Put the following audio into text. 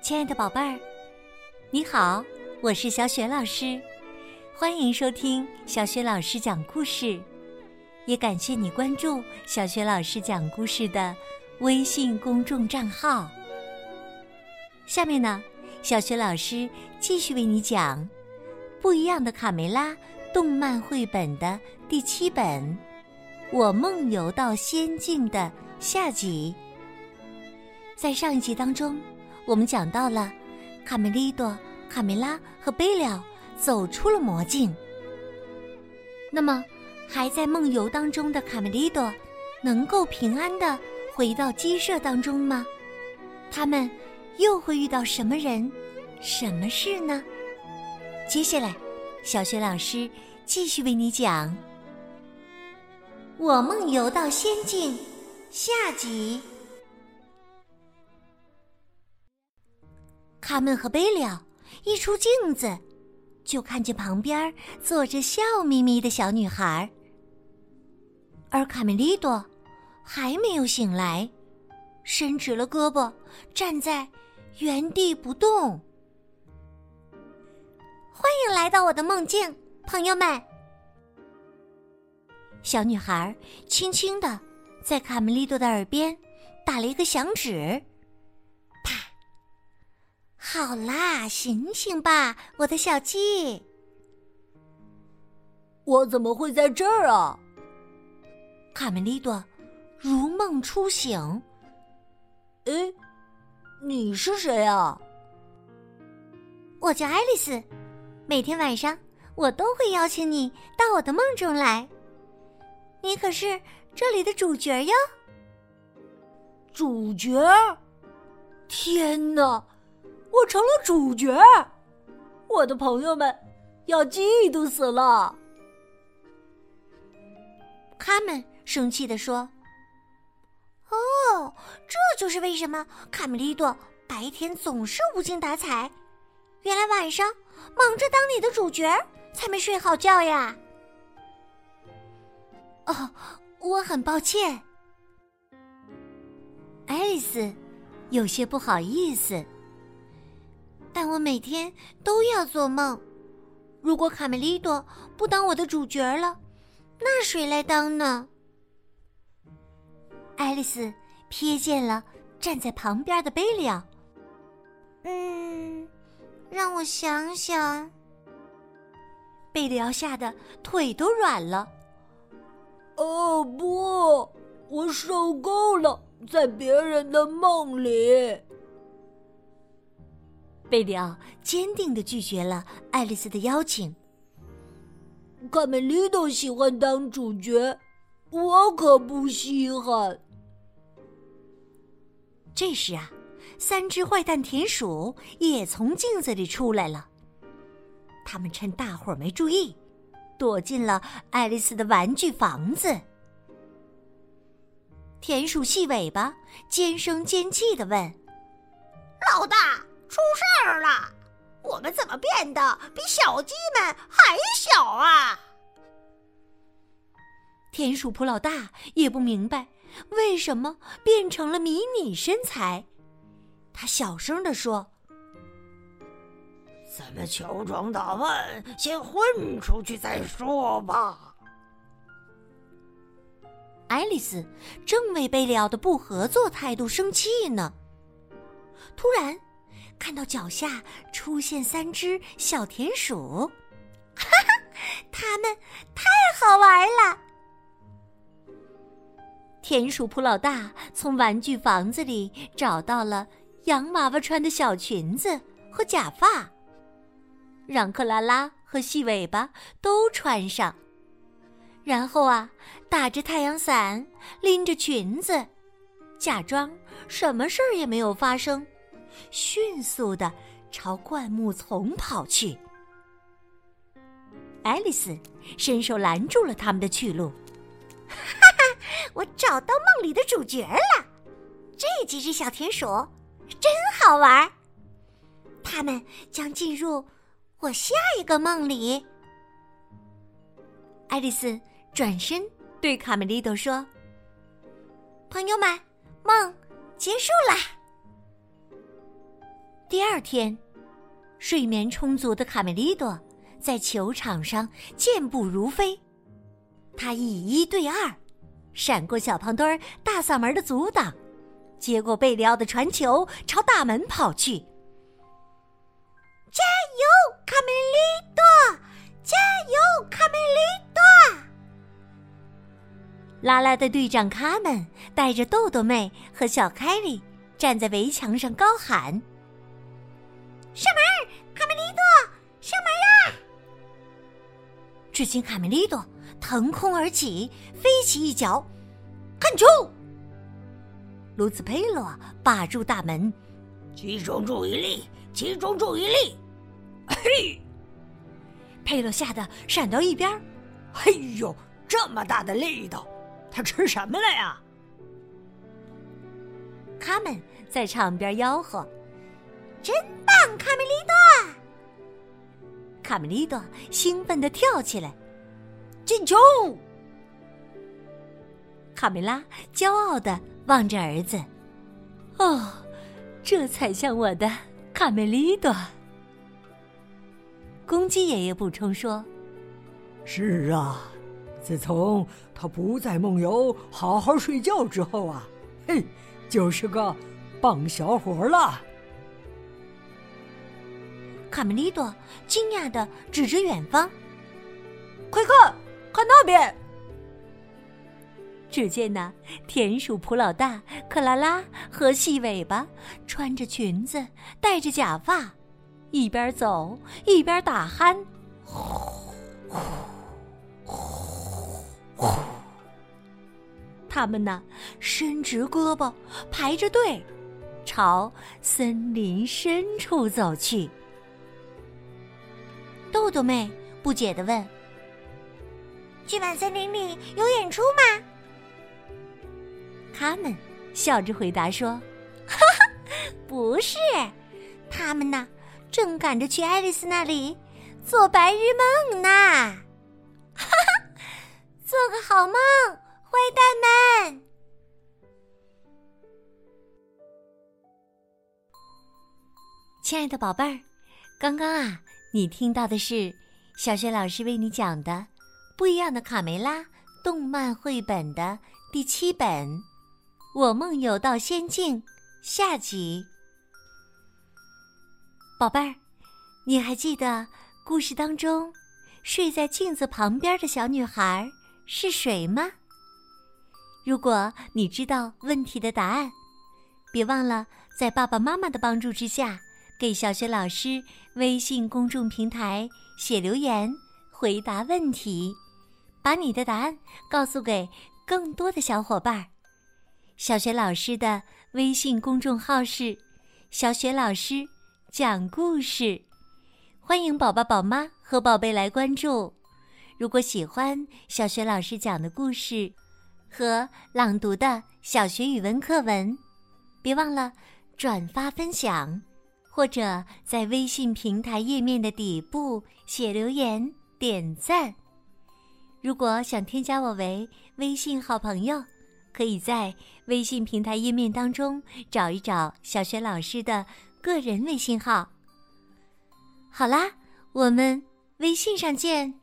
亲爱的宝贝儿，你好，我是小雪老师，欢迎收听小雪老师讲故事，也感谢你关注小雪老师讲故事的微信公众账号。下面呢，小雪老师继续为你讲不一样的卡梅拉动漫绘本的第7本《我梦游到仙境》的下集。在上一集当中，我们讲到了卡梅利多、卡梅拉和贝利奥走出了魔境。那么还在梦游当中的卡梅利多能够平安地回到鸡舍当中吗？他们又会遇到什么人、什么事呢？接下来小雪老师继续为你讲我梦游到仙境下集。卡门和贝利奥一出镜子，就看见旁边坐着笑眯眯的小女孩，而卡梅利多还没有醒来，伸直了胳膊，站在原地不动。欢迎来到我的梦境，朋友们。小女孩轻轻地在卡梅利多的耳边打了一个响指。好啦，醒醒吧，我的小鸡。 我怎么会在这儿啊？ 卡梅利多如梦初醒。 诶，你是谁啊？ 我叫爱丽丝，每天晚上我都会邀请你到我的梦中来。你可是这里的主角哟。 主角？天哪！我成了主角，我的朋友们要嫉妒死了。 他们生气地说：哦，这就是为什么卡梅利多白天总是无精打采，原来晚上忙着当你的主角才没睡好觉呀。哦，我很抱歉。爱丽丝有些不好意思，但我每天都要做梦，如果卡梅利多不当我的主角了，那谁来当呢？爱丽丝瞥见了站在旁边的贝利奥。让我想想。贝利奥吓得腿都软了。 哦不，我受够了在别人的梦里。 贝利奥坚定地拒绝了爱丽丝的邀请。 卡梅利多喜欢当主角，我可不稀罕。 这时啊，3只坏蛋田鼠也从镜子里出来了。他们趁大伙儿没注意，躲进了爱丽丝的玩具房子。田鼠细尾巴尖声尖气地问： 老大，出事儿了！我们怎么变得比小鸡们还小啊？ 田鼠普老大也不明白为什么变成了迷你身材，他小声地说： 咱们乔装打扮，先混出去再说吧。 爱丽丝正为贝利奥的不合作态度生气呢，突然看到脚下出现3只小田鼠，哈哈，它们太好玩了。田鼠普老大从玩具房子里找到了洋娃娃穿的小裙子和假发，让克拉拉和细尾巴都穿上，然后啊，打着太阳伞，拎着裙子，假装什么事儿也没有发生，迅速地朝灌木丛跑去。爱丽丝伸手拦住了他们的去路。哈哈，我找到梦里的主角了，这几只小田鼠真好玩，他们将进入我下一个梦里。爱丽丝转身对卡梅利多说：朋友们，梦结束啦。 第二天，睡眠充足的卡梅利多在球场上健步如飞，他以1对2，闪过小胖墩儿大嗓门的阻挡，接过贝里奥的传球，朝大门跑去。 加油，卡梅利多！加油，卡梅利多！ 拉拉的队长卡门带着豆豆妹和小凯莉站在围墙上高喊： 上门，卡梅利多，上门呀！ 只见卡梅利多腾空而起，飞起一脚，看球！卢茨佩洛把住大门， 集中注意力，集中注意力！嘿， 佩洛吓得闪到一边。 哎呦，这么大的力道，他吃什么了呀？ 卡门在场边吆喝： 真棒，卡梅利多！ 卡梅利多兴奋地跳起来， 进球！ 卡梅拉骄傲地望着儿子，哦，这才像我的卡梅利多。公鸡爷爷补充说： 是啊，自从他不再梦游好好睡觉之后啊，嘿，就是个棒小伙了。 卡梅利多惊讶地指着远方， 快看，看那边！ 只见那田鼠普老大、克拉拉和细尾巴穿着裙子，戴着假发，一边走一边打鼾，他们呢，伸直胳膊，排着队，朝森林深处走去。豆豆妹不解地问： 去往森林里有演出吗？ 他们笑着回答说： 哈哈，不是，他们呢，正赶着去爱丽丝那里做白日梦呢。哈哈，做个好梦，坏蛋们！ 亲爱的宝贝儿，刚刚啊，你听到的是小雪老师为你讲的《不一样的卡梅拉》动漫绘本的第7本《我梦游到仙境》下集。宝贝儿，你还记得故事当中睡在镜子旁边的小女孩是谁吗？如果你知道问题的答案，别忘了在爸爸妈妈的帮助之下，给小雪老师微信公众平台写留言回答问题，把你的答案告诉给更多的小伙伴。小雪老师的微信公众号是小雪老师讲故事，欢迎宝宝宝妈和宝贝来关注。如果喜欢小雪老师讲的故事和朗读的小学语文课文，别忘了转发分享，或者在微信平台页面的底部写留言点赞。如果想添加我为微信好朋友，可以在微信平台页面当中找一找小雪老师的个人微信号。好啦，我们微信上见。